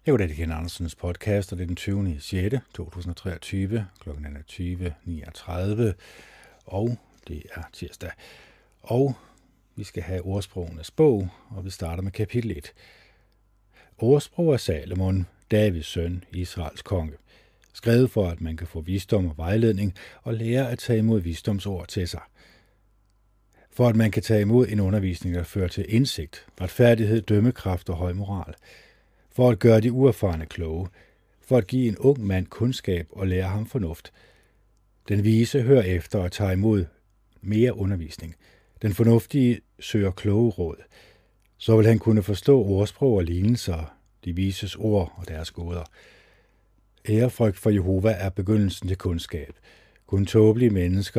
Her er det Ken Andersens podcast, og det er den 20. 6. 2023, kl. 20.39, og det er tirsdag. Og vi skal have ordsprogenes bog, og vi starter med kapitel 1. Ordsprog af Salomon, Davids søn, Israels konge. Skrevet for, at man kan få visdom og vejledning og lære at tage imod visdomsord til sig. For at man kan tage imod en undervisning, der fører til indsigt, retfærdighed, dømmekraft og høj moral. For at gøre de uerfarne kloge. For at give en ung mand kundskab og lære ham fornuft. Den vise hører efter og tager imod mere undervisning. Den fornuftige søger kloge råd. Så vil han kunne forstå ordsprog og lignelser, de vises ord og deres gåder. Ærefrygt for Jehova er begyndelsen til kundskab. Kun tåbelige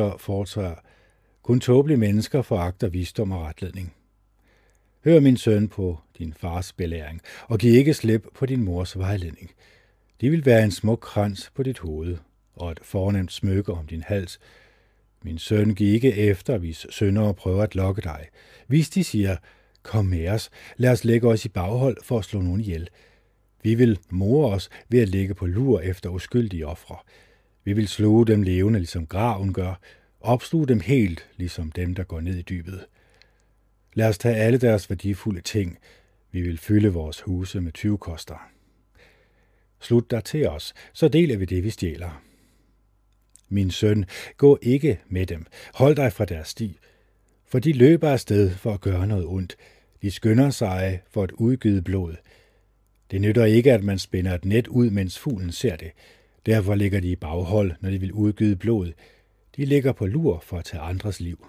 mennesker foragter visdom og retledning. Hør, min søn, på din fars belæring, og giv ikke slip på din mors vejledning. De vil være en smuk krans på dit hoved, og et fornemt smykke om din hals. Min søn, giv ikke efter, hvis syndere prøver at lokke dig. Hvis de siger, kom med os, lad os lægge os i baghold for at slå nogen ihjel. Vi vil more os ved at ligge på lur efter uskyldige ofre. Vi vil sluge dem levende, ligesom graven gør, opsluge dem helt, ligesom dem, der går ned i dybet. Lad os tage alle deres værdifulde ting. Vi vil fylde vores huse med tyvekoster. Slut dig til os, så deler vi det, vi stjæler. Min søn, gå ikke med dem. Hold dig fra deres sti. For de løber afsted for at gøre noget ondt. De skynder sig for at udgyde blod. Det nytter ikke, at man spænder et net ud, mens fuglen ser det. Derfor ligger de i baghold, når de vil udgyde blod. De ligger på lur for at tage andres liv.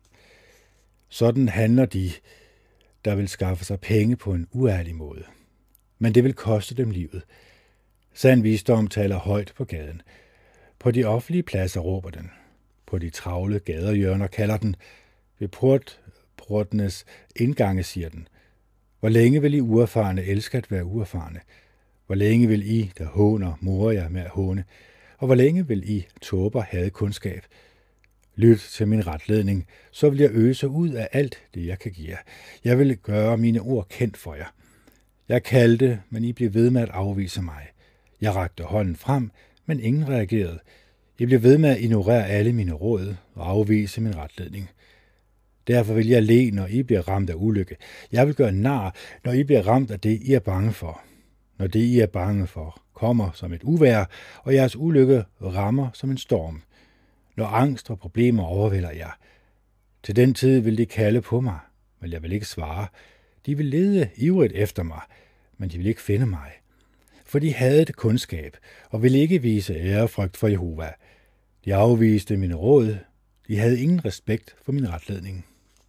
Sådan handler de, der vil skaffe sig penge på en uærlig måde. Men det vil koste dem livet. Sand visdom taler højt på gaden. På de offentlige pladser råber den. På de travle gadehjørner kalder den. Ved portenes indgange siger den. Hvor længe vil I uerfarne elske at være uerfarne? Hvor længe vil I, der håner, more jer med at håne? Og hvor længe vil I, tåber, have kundskab? Lyt til min retledning, så vil jeg øse ud af alt det, jeg kan give jer. Jeg vil gøre mine ord kendt for jer. Jeg kaldte, men I blev ved med at afvise mig. Jeg rakte hånden frem, men ingen reagerede. I blev ved med at ignorere alle mine råd og afvise min retledning. Derfor vil jeg le, når I bliver ramt af ulykke. Jeg vil gøre nar, når I bliver ramt af det, I er bange for. Når det, I er bange for, kommer som et uvejr, og jeres ulykke rammer som en storm. Når angst og problemer overvælder jer. Til den tid vil de kalde på mig, men jeg vil ikke svare. De vil lede ivrigt efter mig, men de vil ikke finde mig. For de havde et kundskab, og ville ikke vise ærefrygt for Jehova. De afviste mine råd. De havde ingen respekt for min retledning.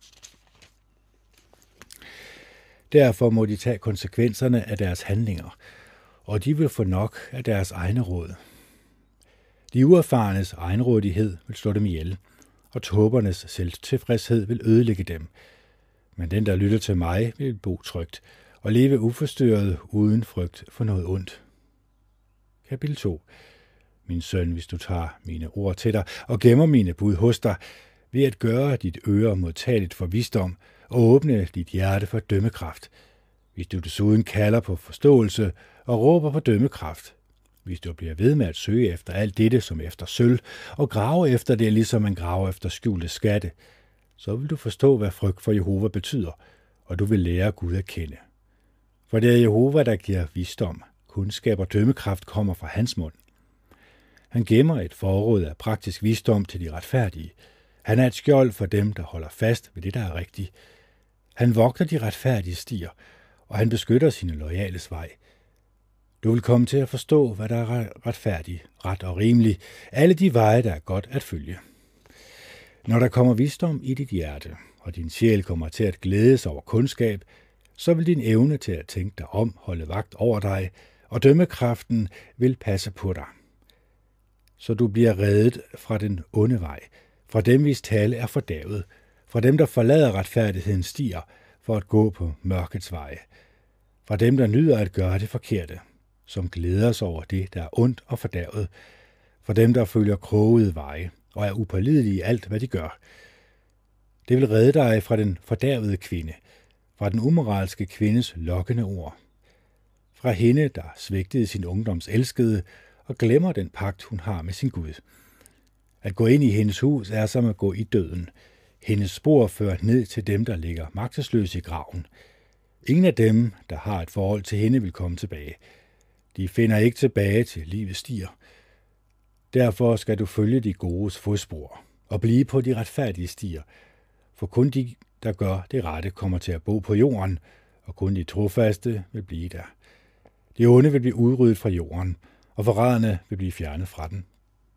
Derfor må de tage konsekvenserne af deres handlinger, og de vil få nok af deres egne råd. De uerfarenes egenrådighed vil slå dem ihjel, og tåbernes selvtilfredshed vil ødelægge dem. Men den, der lytter til mig, vil bo trygt og leve uforstyrret uden frygt for noget ondt. Kapitel 2. Min søn, hvis du tager mine ord til dig og gemmer mine bud hos dig, ved at gøre dit øre modtageligt for visdom og åbne dit hjerte for dømmekraft. Hvis du desuden kalder på forståelse og råber på dømmekraft. Hvis du bliver ved med at søge efter alt dette som efter sølv, og grave efter det, ligesom man graver efter skjulte skatte, så vil du forstå, hvad frygt for Jehova betyder, og du vil lære Gud at kende. For det er Jehova, der giver visdom. Kundskab og dømmekraft kommer fra hans mund. Han gemmer et forråd af praktisk visdom til de retfærdige. Han er et skjold for dem, der holder fast ved det, der er rigtigt. Han vogter de retfærdige stier, og han beskytter sine loyales vej. Du vil komme til at forstå, hvad der er retfærdigt, ret og rimeligt, alle de veje, der er godt at følge. Når der kommer visdom i dit hjerte, og din sjæl kommer til at glædes over kundskab, så vil din evne til at tænke dig om holde vagt over dig, og dømmekraften vil passe på dig. Så du bliver reddet fra den onde vej, fra dem, hvis tale er fordavet, fra dem, der forlader retfærdighedens stier for at gå på mørkets veje, fra dem, der nyder at gøre det forkerte, som glæder sig over det, der er ondt og fordavet, fra dem, der følger krogede veje og er upålidelige i alt, hvad de gør. Det vil redde dig fra den fordærvede kvinde, fra den umoralske kvindes lokkende ord, fra hende, der svigtede sin ungdoms elskede og glemmer den pagt, hun har med sin Gud. At gå ind i hendes hus er som at gå i døden. Hendes spor fører ned til dem, der ligger magtesløse i graven. Ingen af dem, der har et forhold til hende, vil komme tilbage. De finder ikke tilbage til livets stier. Derfor skal du følge de godes fodspor og blive på de retfærdige stier, for kun de, der gør det rette, kommer til at bo på jorden, og kun de trofaste vil blive der. De onde vil blive udryddet fra jorden, og forræderne vil blive fjernet fra den.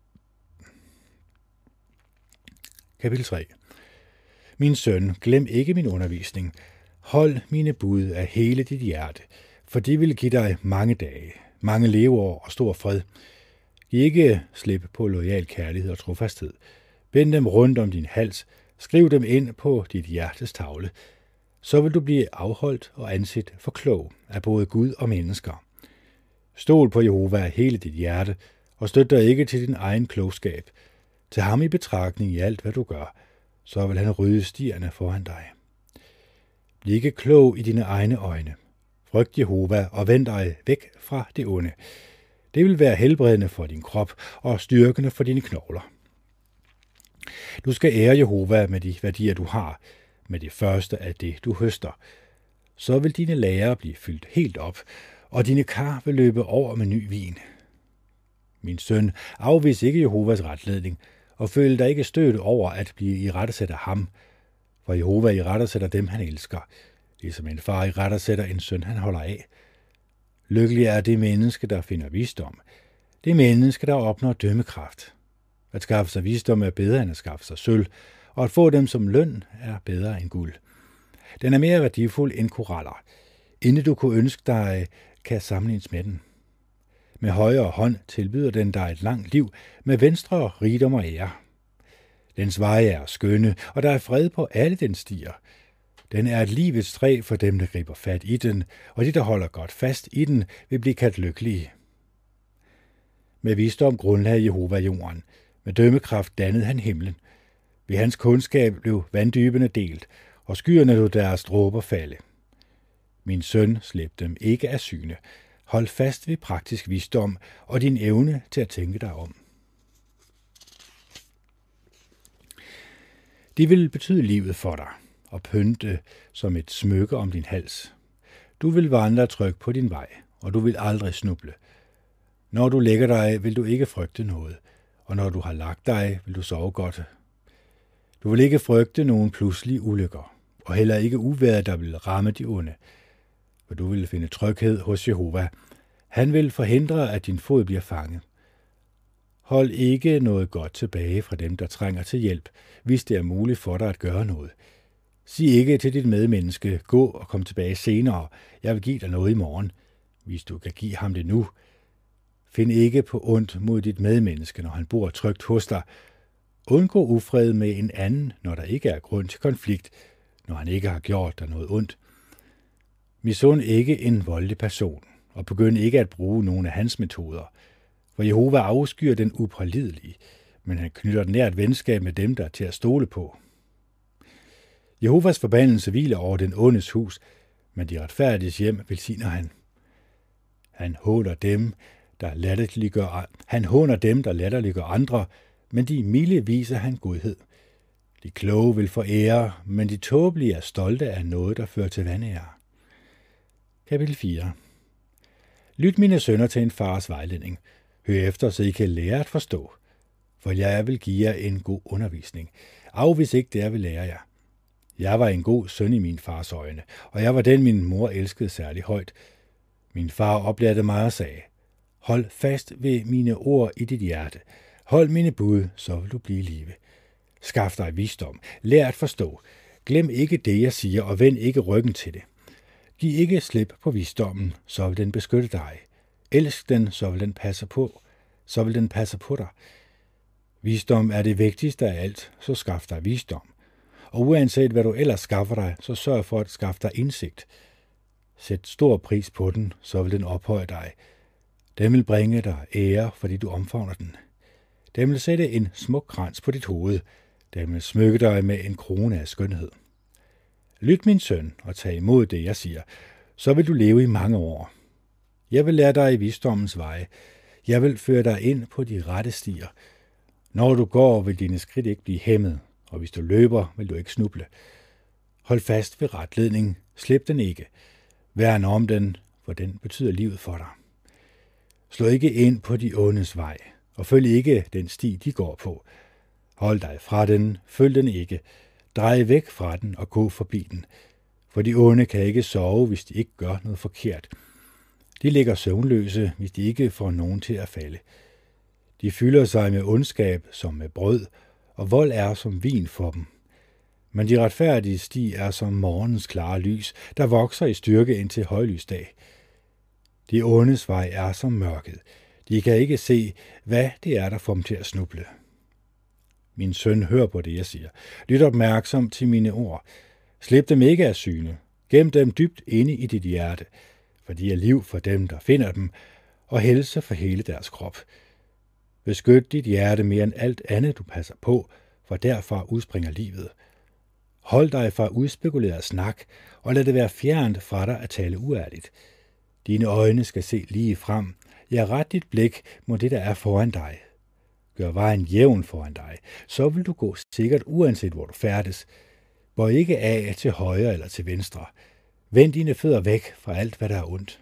Kapitel 3. Min søn, glem ikke min undervisning. Hold mine bud af hele dit hjerte, for de vil give dig mange dage, mange leveår og stor fred. Giv ikke slip på loyal kærlighed og trofasthed. Bind dem rundt om din hals, skriv dem ind på dit hjertes tavle. Så vil du blive afholdt og anset for klog af både Gud og mennesker. Stol på Jehova af hele dit hjerte, og støt dig ikke til din egen klogskab. Tag ham i betragtning i alt, hvad du gør, så vil han rydde stierne foran dig. Bliv ikke klog i dine egne øjne. Frygt Jehova og vend dig væk fra det onde. Det vil være helbredende for din krop og styrkende for dine knogler. Du skal ære Jehova med de værdier, du har, med det første af det, du høster. Så vil dine lager blive fyldt helt op, og dine kar vil løbe over med ny vin. Min søn, afvis ikke Jehovas retledning, og føl dig ikke stødt over at blive irettesat af ham, for Jehova irettesætter dem, han elsker, ligesom en far irettesætter en søn, han holder af. Lykkelig er det menneske, der finder visdom, det menneske, der opnår dømmekraft. At skaffe sig visdom er bedre end at skaffe sig sølv, og at få dem som løn er bedre end guld. Den er mere værdifuld end koraller. Inden du kunne ønske dig, kan sammenlignes med den. Med højre hånd tilbyder den dig et langt liv, med venstre rigdom og ære. Dens veje er skønne, og der er fred på alle dens stier. Den er et livets træ for dem, der griber fat i den, og de, der holder godt fast i den, vil blive kaldt lykkelige. Med visdom grundlagde Jehova jorden. Med dømmekraft dannede han himlen. Ved hans kundskab blev vanddybene delt, og skyerne lod deres dråber falde. Min søn, slip dem ikke af syne. Hold fast ved praktisk visdom og din evne til at tænke dig om. De vil betyde livet for dig og pynte som et smykke om din hals. Du vil vandre trygt på din vej, og du vil aldrig snuble. Når du lægger dig, vil du ikke frygte noget, og når du har lagt dig, vil du sove godt. Du vil ikke frygte nogen pludselige ulykker, og heller ikke uvejret, der vil ramme de onde. For du vil finde tryghed hos Jehova. Han vil forhindre, at din fod bliver fanget. Hold ikke noget godt tilbage fra dem, der trænger til hjælp, hvis det er muligt for dig at gøre noget. Sig ikke til dit medmenneske, gå og kom tilbage senere, jeg vil give dig noget i morgen, hvis du kan give ham det nu. Find ikke på ondt mod dit medmenneske, når han bor trygt hos dig. Undgå ufred med en anden, når der ikke er grund til konflikt, når han ikke har gjort dig noget ondt. Misund ikke en voldelig person, og begynd ikke at bruge nogle af hans metoder. For Jehova afskyer den upålidelige, men han knytter et nært venskab med dem, der er til at stole på. Jehovas forbandelse hviler over den ondes hus, men de retfærdiges hjem velsigner han. Han håner dem, der latterliggør andre, men de milde viser han godhed. De kloge vil få ære, men de tåbelige er stolte af noget, der fører til vanære. Kapitel 4. Lyt mine sønner til en fars vejledning. Hør efter, så I kan lære at forstå. For jeg vil give jer en god undervisning. Afvis ikke det, jeg vil lære jer. Jeg var en god søn i min fars øjne, og jeg var den, min mor elskede særlig højt. Min far oplærte mig og sagde, hold fast ved mine ord i dit hjerte. Hold mine bud, så vil du blive i live. Skaf dig visdom. Lær at forstå. Glem ikke det, jeg siger, og vend ikke ryggen til det. Giv ikke slip på visdommen, så vil den beskytte dig. Elsk den, så vil den passe på dig. Visdom er det vigtigste af alt, så skaf dig visdom. Og uanset hvad du ellers skaffer dig, så sørg for at skaffe dig indsigt. Sæt stor pris på den, så vil den ophøje dig. Den vil bringe dig ære, fordi du omfavner den. Den vil sætte en smuk krans på dit hoved. Den vil smykke dig med en krone af skønhed. Lyt min søn og tag imod det, jeg siger, så vil du leve i mange år. Jeg vil lære dig i visdommens veje. Jeg vil føre dig ind på de rette stier. Når du går, vil dine skridt ikke blive hæmmet, og hvis du løber, vil du ikke snuble. Hold fast ved retledning. Slip den ikke. Værn om den, for den betyder livet for dig. Slå ikke ind på de ondes vej, og følg ikke den sti, de går på. Hold dig fra den, følg den ikke. Drej væk fra den og gå forbi den. For de onde kan ikke sove, hvis de ikke gør noget forkert. De ligger søvnløse, hvis de ikke får nogen til at falde. De fylder sig med ondskab som med brød, og vold er som vin for dem. Men de retfærdige sti er som morgens klare lys, der vokser i styrke indtil højlysdag. De ondes vej er som mørket. De kan ikke se, hvad det er, der får dem til at snuble. Min søn, hør på det, jeg siger. Lyt opmærksom til mine ord. Slip dem ikke af syne. Gem dem dybt inde i dit hjerte, for de er liv for dem, der finder dem, og helse for hele deres krop. Beskyt dit hjerte mere end alt andet, du passer på, for derfra udspringer livet. Hold dig fra udspekuleret snak, og lad det være fjernt fra dig at tale uærligt. Dine øjne skal se lige frem. Ja, ret dit blik mod det, der er foran dig. Gør vejen jævn foran dig, så vil du gå sikkert uanset hvor du færdes. Bøj ikke af til højre eller til venstre. Vend dine fødder væk fra alt, hvad der er ondt.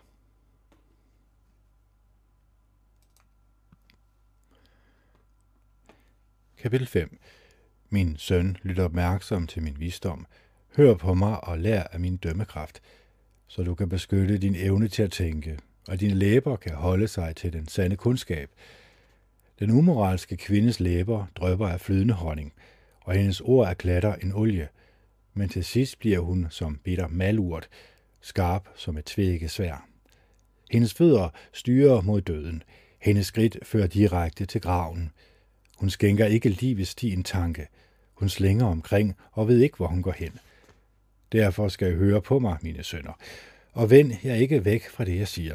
Kapitel 5. Min søn, lyt opmærksom til min visdom. Hør på mig og lær af min dømmekraft, så du kan beskytte din evne til at tænke, og dine læber kan holde sig til den sande kundskab. Den umoralske kvindes læber drypper af flydende honning, og hendes ord er glatter en olie, men til sidst bliver hun som bitter malurt, skarp som et tvækket sværd. Hendes fødder styrer mod døden, hendes skridt fører direkte til graven. Hun skænker ikke livets sti en tanke, hun slænger omkring og ved ikke, hvor hun går hen. Derfor skal I høre på mig, mine sønner, og vend jer ikke væk fra det, jeg siger.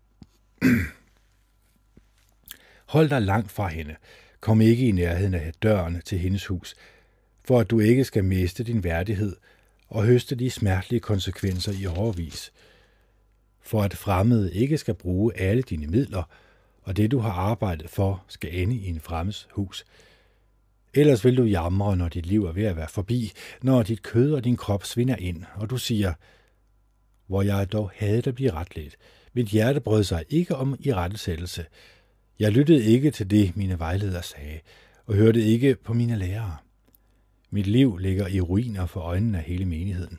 Hold dig langt fra hende. Kom ikke i nærheden af døren til hendes hus, for at du ikke skal miste din værdighed og høste de smertelige konsekvenser i årevis. For at fremmede ikke skal bruge alle dine midler, og det du har arbejdet for skal ende i en fremmes hus. Ellers vil du jamre, når dit liv er ved at være forbi, når dit kød og din krop svinder ind, og du siger, hvor jeg dog havde at blive retledt. Mit hjerte brød sig ikke om irettesættelse. Jeg lyttede ikke til det, mine vejledere sagde, og hørte ikke på mine lærere. Mit liv ligger i ruiner for øjnene af hele menigheden.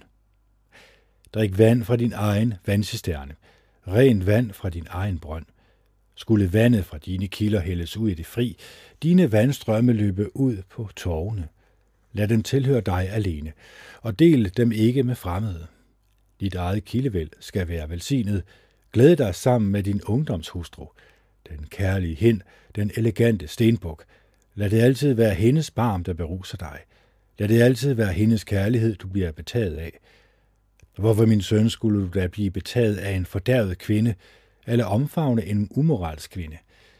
Drik vand fra din egen vandcisterne, rent vand fra din egen brønd. Skulle vandet fra dine kilder hældes ud i det fri, dine vandstrømme løbe ud på torvene. Lad dem tilhøre dig alene, og del dem ikke med fremmede. Dit eget kildevæld skal være velsignet. Glæd dig sammen med din ungdomshustru, den kærlige hind, den elegante stenbuk. Lad det altid være hendes barm, der beruser dig. Lad det altid være hendes kærlighed, du bliver betaget af. Hvorfor, min søn, skulle du da blive betaget af en fordærvet kvinde, eller omfavne en umoralsk kvinde?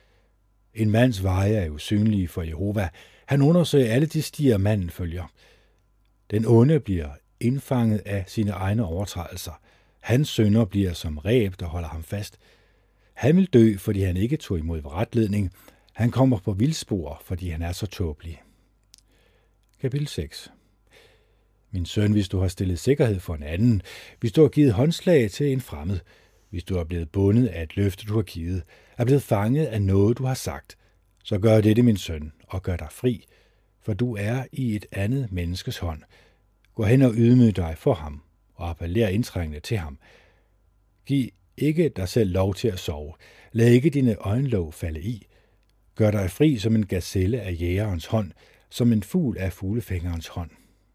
En mands veje er usynlige for Jehova. Han undersøger alle de stier, manden følger. Den onde bliver indfanget af sine egne overtrædelser. Hans synder bliver som reb, der holder ham fast. Han vil dø, fordi han ikke tog imod retledning. Han kommer på vildspor, fordi han er så tåbelig. Kapitel 6. Min søn, hvis du har stillet sikkerhed for en anden, hvis du har givet håndslag til en fremmed, hvis du er blevet bundet af et løfte, du har givet, er blevet fanget af noget, du har sagt, så gør dette, min søn, og gør dig fri, for du er i et andet menneskes hånd. Gå hen og ydmyg dig for ham, og appeller indtrængende til ham. Giv ikke dig selv lov til at sove. Lad ikke dine øjenlåg falde i. Gør dig fri som en gazelle af jægerens hånd, som en fugl af fuglefængerens hånd.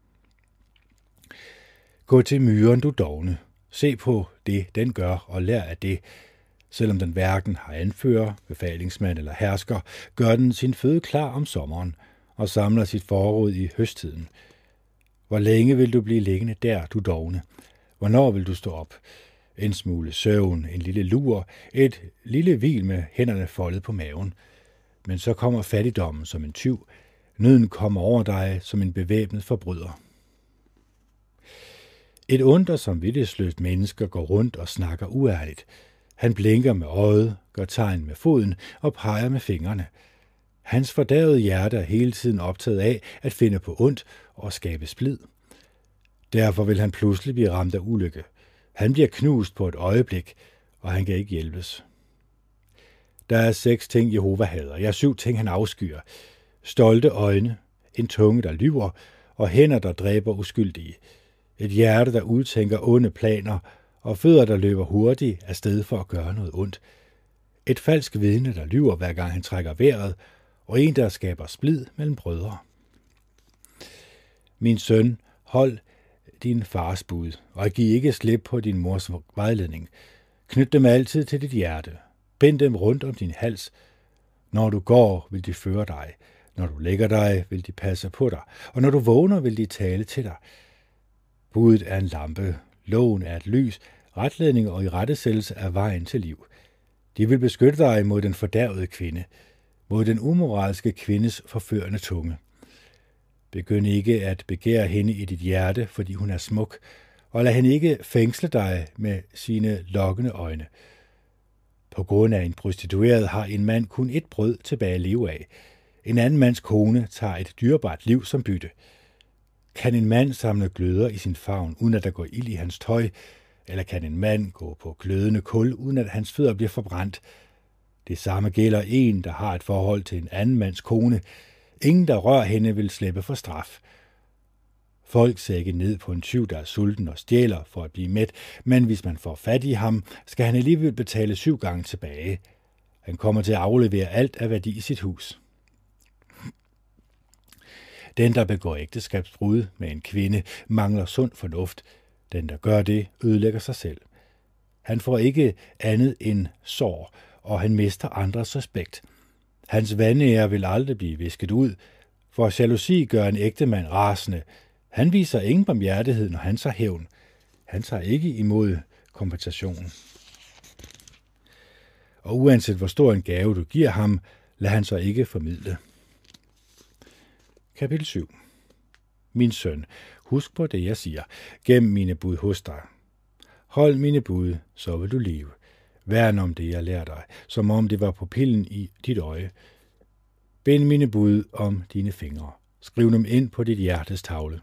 Gå til myren, du dovne. Se på det, den gør, og lær af det. Selvom den hverken har anfører, befalingsmand eller hersker, gør den sin føde klar om sommeren og samler sit forråd i høsttiden. Hvor længe vil du blive liggende der, du dovne? Hvornår vil du stå op? En smule søvn, en lille lur, et lille hvil med hænderne foldet på maven. Men så kommer fattigdommen som en tyv. Nøden kommer over dig som en bevæbnet forbryder. Et ondt og samvittighedsløst mennesker går rundt og snakker uærligt. Han blinker med øjet, gør tegn med foden og peger med fingrene. Hans fordærvede hjerte er hele tiden optaget af at finde på ondt og skabe splid. Derfor vil han pludselig blive ramt af ulykke. Han bliver knust på et øjeblik, og han kan ikke hjælpes. Der er 6 ting, Jehova hader. Ja, 7 ting, han afskyer. Stolte øjne, en tunge, der lyver, og hænder, der dræber uskyldige. Et hjerte, der udtænker onde planer, og fødder, der løber hurtigt afsted for at gøre noget ondt. Et falsk vidne, der lyver, hver gang han trækker vejret, og en, der skaber splid mellem brødre. Min søn, hold din fars bud, og giv ikke slip på din mors vejledning. Knyt dem altid til dit hjerte. Bind dem rundt om din hals. Når du går, vil de føre dig. Når du lægger dig, vil de passe på dig. Og når du vågner, vil de tale til dig. Budet er en lampe. Loven er et lys. Retledning og irettesættelse er vejen til liv. De vil beskytte dig mod den fordærvede kvinde, mod den umoralske kvindes forførende tunge. Begynd ikke at begære hende i dit hjerte, fordi hun er smuk, og lad hende ikke fængsle dig med sine lokkende øjne. På grund af en prostitueret har en mand kun et brød tilbage at leve af. En anden mands kone tager et dyrebart liv som bytte. Kan en mand samle gløder i sin favn, uden at der går ild i hans tøj, eller kan en mand gå på glødende kul, uden at hans fødder bliver forbrændt? Det samme gælder en, der har et forhold til en anden mands kone. Ingen, der rører hende, vil slippe for straf. Folk ser ikke ned på en tyv, der er sulten og stjæler for at blive mæt, men hvis man får fat i ham, skal han alligevel betale 7 gange tilbage. Han kommer til at aflevere alt af værdi i sit hus. Den, der begår ægteskabsbrud med en kvinde, mangler sund fornuft. Den, der gør det, ødelægger sig selv. Han får ikke andet end sår, og han mister andres respekt. Hans vanære vil aldrig blive visket ud, for jalousi gør en ægtemand rasende. Han viser ingen barmhjertighed, når han tager hævn. Han tager ikke imod kompensation. Og uanset hvor stor en gave du giver ham, lad han så ikke formidle. Kapitel 7. Min søn, husk på det, jeg siger. Gem mine bud hos dig. Hold mine bud, så vil du leve. Værn om det, jeg lærer dig, som om det var pupillen i dit øje. Bind mine bud om dine fingre. Skriv dem ind på dit hjertes tavle.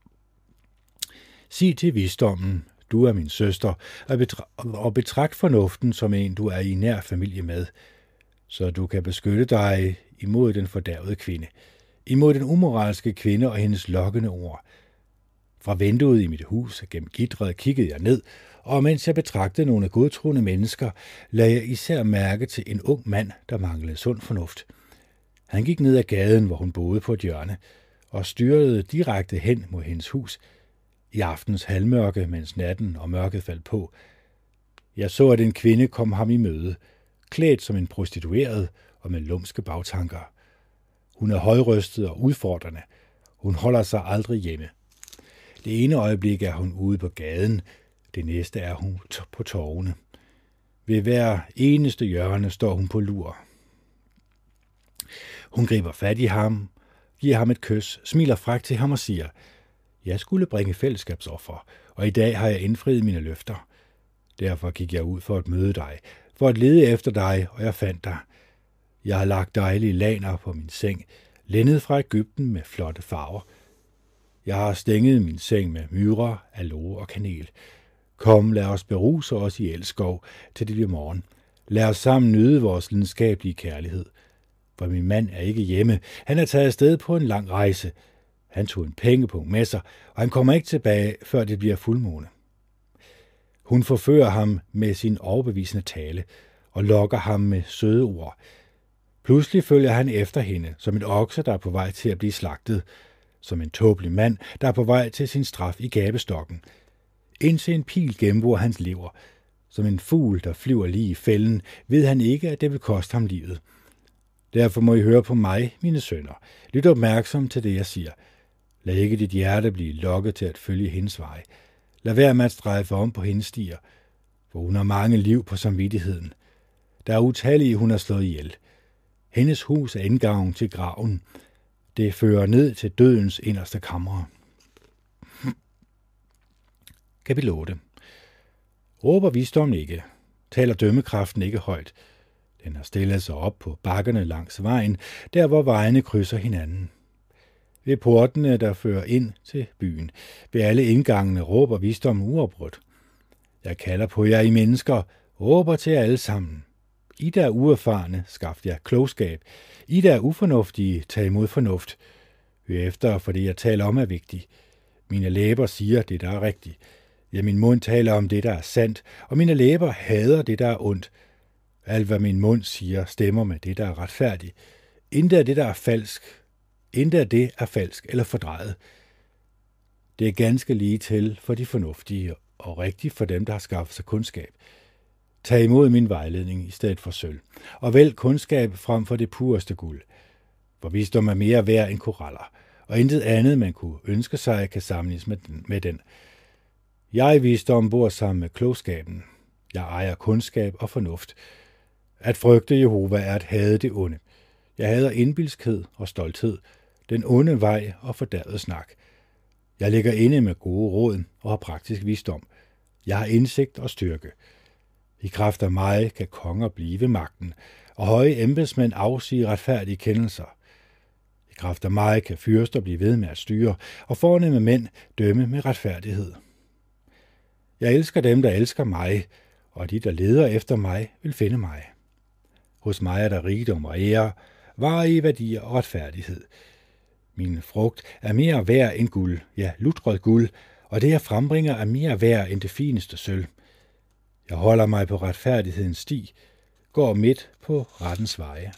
Sig til visdommen, du er min søster, og betragt fornuften som en, du er i nær familie med, så du kan beskytte dig imod den fordærvede kvinde, imod den umoralske kvinde og hendes lokkende ord. Fra vinduet i mit hus gennem gitteret kiggede jeg ned, og mens jeg betragtede nogle godtroende mennesker, lagde jeg især mærke til en ung mand, der manglede sund fornuft. Han gik ned ad gaden, hvor hun boede på et hjørne, og styrede direkte hen mod hendes hus, i aftens halvmørke, mens natten og mørket faldt på. Jeg så, at en kvinde kom ham i møde, klædt som en prostitueret og med lumske bagtanker. Hun er højrøstet og udfordrende. Hun holder sig aldrig hjemme. Det ene øjeblik er hun ude på gaden, det næste er hun på torvene. Ved hver eneste hjørne står hun på lur. Hun griber fat i ham, giver ham et kys, smiler frækt til ham og siger, jeg skulle bringe fællesskabsoffer, og i dag har jeg indfriet mine løfter. Derfor gik jeg ud for at møde dig, for at lede efter dig, og jeg fandt dig. Jeg har lagt dejlige laner på min seng, lændet fra Egypten med flotte farver. Jeg har stænget min seng med myrer, aloe og kanel. Kom, lad os beruse os i elskov til det bliver morgen. Lad os sammen nyde vores lidenskabelige kærlighed. For min mand er ikke hjemme. Han er taget afsted på en lang rejse. Han tog en pengepunkt med sig, og han kommer ikke tilbage, før det bliver fuldmåne. Hun forfører ham med sin overbevisende tale og lokker ham med søde ord. Pludselig følger han efter hende, som en okse, der er på vej til at blive slagtet, som en tåbelig mand, der er på vej til sin straf i gabestokken. Indtil en pil gennemborer hans lever. Som en fugl, der flyver lige i fælden, ved han ikke, at det vil koste ham livet. Derfor må I høre på mig, mine sønner. Lyt opmærksom til det, jeg siger. Lad ikke dit hjerte blive lokket til at følge hendes vej. Lad være med at strejfe om på hendes stier, for hun har mange liv på samvittigheden. Der er utallige, hun har slået ihjel. Hendes hus er indgangen til graven. Det fører ned til dødens inderste kamre. Kapitel 8. Råber visdommen ikke. taler dømmekraften ikke højt. Den har stillet sig op på bakkerne langs vejen, der hvor vejene krydser hinanden. Ved portene, der fører ind til byen, ved alle indgangene råber visdom uafbrudt. Jeg kalder på jer, I mennesker, råber til jer alle sammen. I der er uerfarne, skaff jer klogskab. I der er ufornuftige, tag imod fornuft. Hør efter, for det jeg taler om er vigtigt. Mine læber siger det, der er rigtigt. Ja, min mund taler om det, der er sandt, og mine læber hader det, der er ondt. Alt, hvad min mund siger, stemmer med det, der er retfærdigt. Intet af det, der er falsk. Intet af det er falsk eller fordrejet. Det er ganske lige til for de fornuftige og rigtigt for dem, der har skaffet sig kundskab. Tag imod min vejledning i stedet for sølv, og vælg kundskab frem for det pureste guld. For visdom er mere værd end koraller, og intet andet, man kunne ønske sig, kan sammenlignes med den. Jeg, visdom, bor sammen med klogskaben. Jeg ejer kundskab og fornuft. At frygte Jehova er at hade det onde. Jeg hader indbilskhed og stolthed, den onde vej og fordærvet snak. Jeg ligger inde med gode råd og har praktisk visdom. Jeg har indsigt og styrke. I kraft af mig kan konger blive ved magten, og høje embedsmænd afsige retfærdige kendelser. I kraft af mig kan fyrster blive ved med at styre, og fornemme mænd dømme med retfærdighed. Jeg elsker dem, der elsker mig, og de, der leder efter mig, vil finde mig. Hos mig er der rigdom og ære, varige værdier og retfærdighed. Min frugt er mere værd end guld, ja, lutrødt guld, og det jeg frembringer er mere værd end det fineste sølv. Jeg holder mig på retfærdighedens sti, går midt på rettens veje.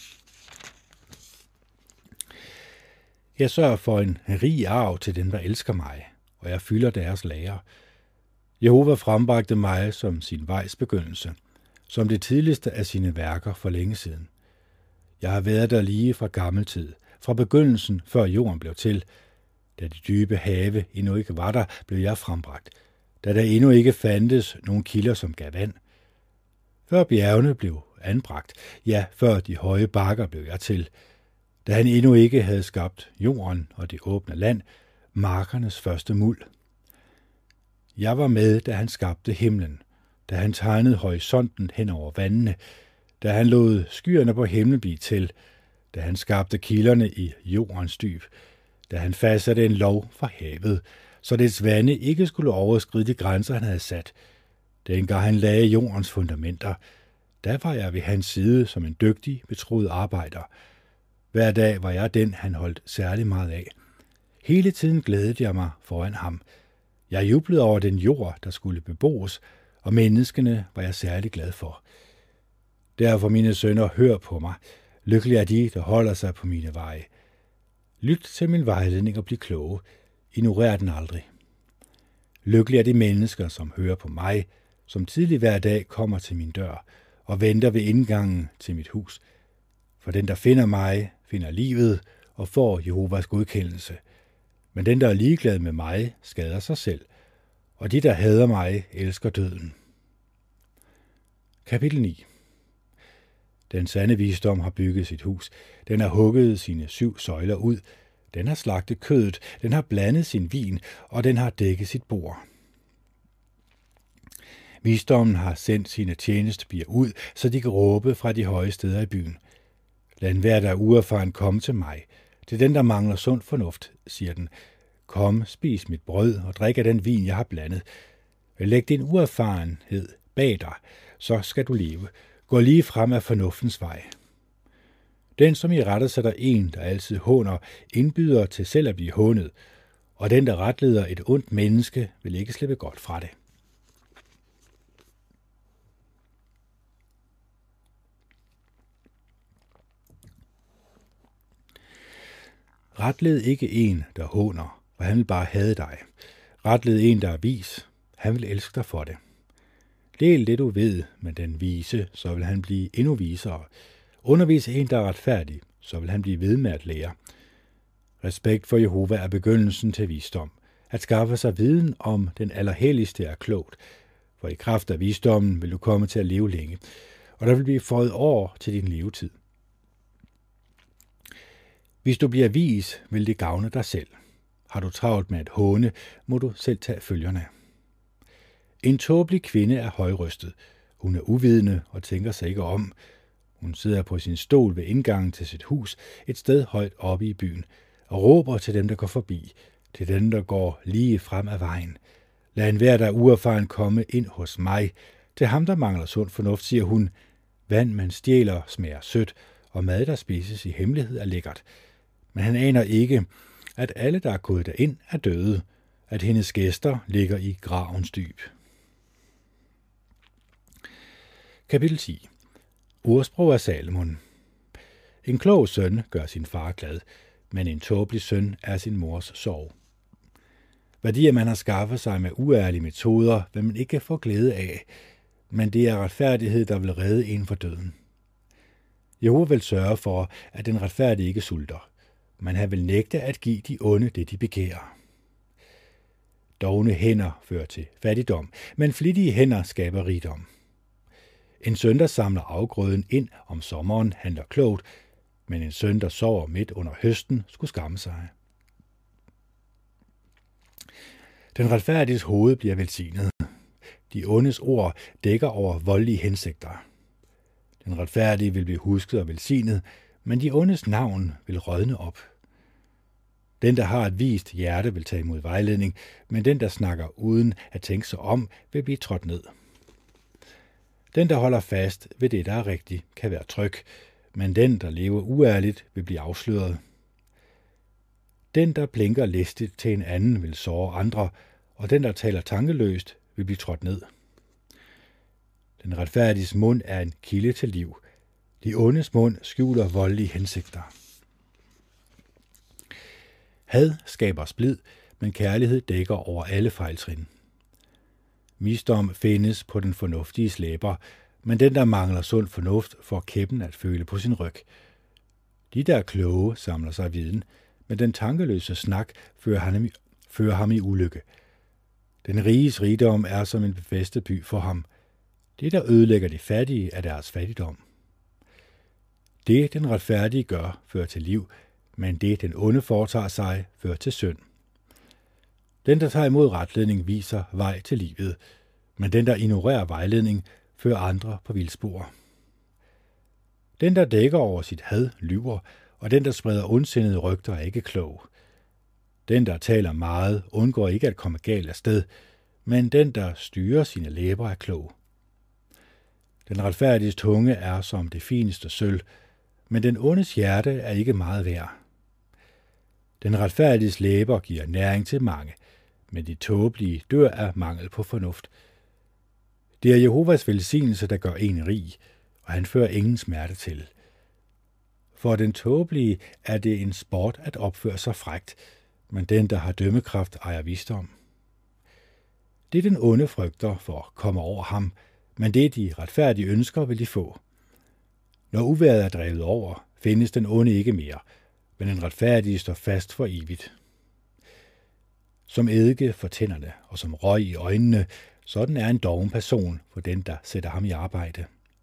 Jeg sørger for en rig arv til dem, der elsker mig, og jeg fylder deres lager. Jehova frembragte mig som sin vejs begyndelse, som det tidligste af sine værker for længe siden. Jeg har været der lige fra gammel tid, fra begyndelsen, før jorden blev til. Da de dybe have endnu ikke var der, blev jeg frembragt. Da der endnu ikke fandtes nogen kilder, som gav vand. Før bjergene blev anbragt, ja, før de høje bakker blev jeg til. Da han endnu ikke havde skabt jorden og det åbne land, markernes første muld. Jeg var med, da han skabte himlen, da han tegnede horisonten hen over vandene, da han lod skyerne på himlen blive til, da han skabte kilderne i jordens dyb, da han fastsatte en lov for havet, så dets vande ikke skulle overskride de grænser, han havde sat. Dengang han lagde jordens fundamenter, der var jeg ved hans side som en dygtig, betroet arbejder. Hver dag var jeg den, han holdt særlig meget af. Hele tiden glædede jeg mig foran ham. Jeg jublede over den jord, der skulle beboes, og menneskene var jeg særlig glad for. Derfor, mine sønner, hør på mig. Lykkelige er de, der holder sig på mine veje. Lyt til min vejledning og bliv kloge. Ignorer den aldrig. Lykkelige er de mennesker, som hører på mig, som tidlig hver dag kommer til min dør og venter ved indgangen til mit hus. For den, der finder mig, finder livet og får Jehovas godkendelse. Men den, der er ligeglad med mig, skader sig selv, og de, der hader mig, elsker døden. Kapitel 9. Den sande visdom har bygget sit hus. Den har hugget sine 7 søjler ud. Den har slagtet kødet. Den har blandet sin vin, og den har dækket sit bord. Visdommen har sendt sine tjenestepiger ud, så de kan råbe fra de høje steder i byen. Lad enhver, der er uerfaren, komme til mig. Til den, der mangler sund fornuft, siger den. Kom, spis mit brød og drik af den vin, jeg har blandet. Læg din uerfarenhed bag dig, så skal du leve. Gå lige frem af fornuftens vej. Den, som i rettet sætter en, der altid håner, indbyder til selv at blive hånet, og den, der retleder et ondt menneske, vil ikke slippe godt fra det. Retled ikke en, der håner, for han vil bare hade dig. Retled en, der er vis, han vil elske dig for det. Del det, du ved, med den vise, så vil han blive endnu visere. Undervis en, der er retfærdig, så vil han blive ved med at lære. Respekt for Jehova er begyndelsen til visdom. At skaffe sig viden om den allerhelligste er klogt, for i kraft af visdommen vil du komme til at leve længe, og der vil blive føjet år til din levetid. Hvis du bliver vis, vil det gavne dig selv. Har du travlt med at håne, må du selv tage følgerne. En tåbelig kvinde er højrøstet. Hun er uvidende og tænker sig ikke om. Hun sidder på sin stol ved indgangen til sit hus, et sted højt oppe i byen, og råber til dem, der går forbi, til dem, der går lige frem ad vejen. Lad enhver, der er uerfaren, komme ind hos mig. Til ham, der mangler sund fornuft, siger hun, vand, man stjæler, smager sødt, og mad, der spises i hemmelighed, er lækkert. Men han aner ikke, at alle, der er gået derind, er døde, at hendes gæster ligger i gravens dyb. Kapitel 10. Ordsprog af Salomon. En klog søn gør sin far glad, men en tåbelig søn er sin mors sorg. Værdier, man har skaffet sig med uærlige metoder, vil man ikke få glæde af, men det er retfærdighed, der vil redde en fra døden. Jehova vil sørge for, at den retfærdige ikke sulter, men han vil nægte at give de onde det, de begærer. Dovne hænder fører til fattigdom, men flittige hænder skaber rigdom. En søn, der samler afgrøden ind om sommeren, handler klogt, men en søn, der sover midt under høsten, skulle skamme sig. Den retfærdiges hoved bliver velsignet. De ondes ord dækker over voldelige hensigter. Den retfærdige vil blive husket og velsignet, men de ondes navn vil rådne op. Den, der har et vist hjerte, vil tage imod vejledning, men den, der snakker uden at tænke sig om, vil blive trådt ned. Den, der holder fast ved det, der er rigtigt, kan være tryg, men den, der lever uærligt, vil blive afsløret. Den, der blinker listigt til en anden, vil såre andre, og den, der taler tankeløst, vil blive trådt ned. Den retfærdiges mund er en kilde til liv. De ondes mund skjuler voldelige hensigter. Had skaber splid, men kærlighed dækker over alle fejltrin. Visdom findes på den fornuftiges læber, men den, der mangler sund fornuft, får kæppen at føle på sin ryg. De, der er kloge, samler sig viden, men den tankeløse snak fører ham i ulykke. Den riges rigdom er som en befæstet by for ham. Det, der ødelægger de fattige, er deres fattigdom. Det, den retfærdige gør, fører til liv, men det, den onde foretager sig, fører til synd. Den, der tager imod retledning, viser vej til livet, men den, der ignorerer vejledning, fører andre på vildspor. Den, der dækker over sit had, lyver, og den, der spreder ondsindede rygter, er ikke klog. Den, der taler meget, undgår ikke at komme galt af sted, men den, der styrer sine læber, er klog. Den retfærdiges tunge er som det fineste sølv, men den ondes hjerte er ikke meget værd. Den retfærdiges læber giver næring til mange, men de tåbelige dør af mangel på fornuft. Det er Jehovas velsignelse, der gør en rig, og han fører ingen smerte til. For den tåbelige er det en sport at opføre sig frækt, men den, der har dømmekraft, ejer visdom. Det den onde frygter for kommer over ham, men det de retfærdige ønsker, vil de få. Når uvejret er drevet over, findes den onde ikke mere, men den retfærdige står fast for evigt. Som eddike for tænderne og som røg i øjnene, sådan er en doven person for den, der sætter ham i arbejde.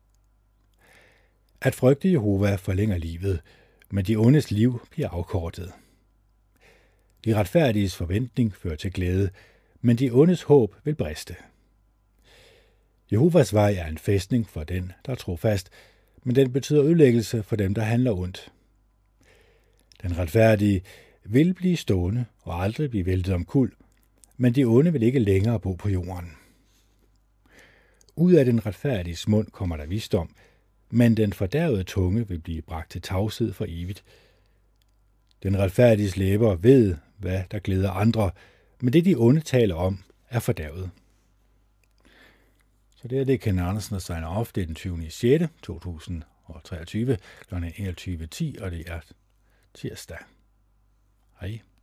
At frygte Jehova forlænger livet, men de ondes liv bliver afkortet. De retfærdiges forventning fører til glæde, men de ondes håb vil briste. Jehovas vej er en fæstning for den, der er trofast, men den betyder ødelæggelse for dem, der handler ondt. Den retfærdige vil blive stående og aldrig blive væltet omkuld, men de onde vil ikke længere bo på jorden. Ud af den retfærdiges mund kommer der visdom, men den fordærvede tunge vil blive bragt til tavshed for evigt. Den retfærdiges læber ved, hvad der glæder andre, men det de onde taler om, er fordærvet. Så det er Ken Andersen, der signer off. Det er den 20. 6. 2023, kl. 21.10, og det er tirsdag. Hej.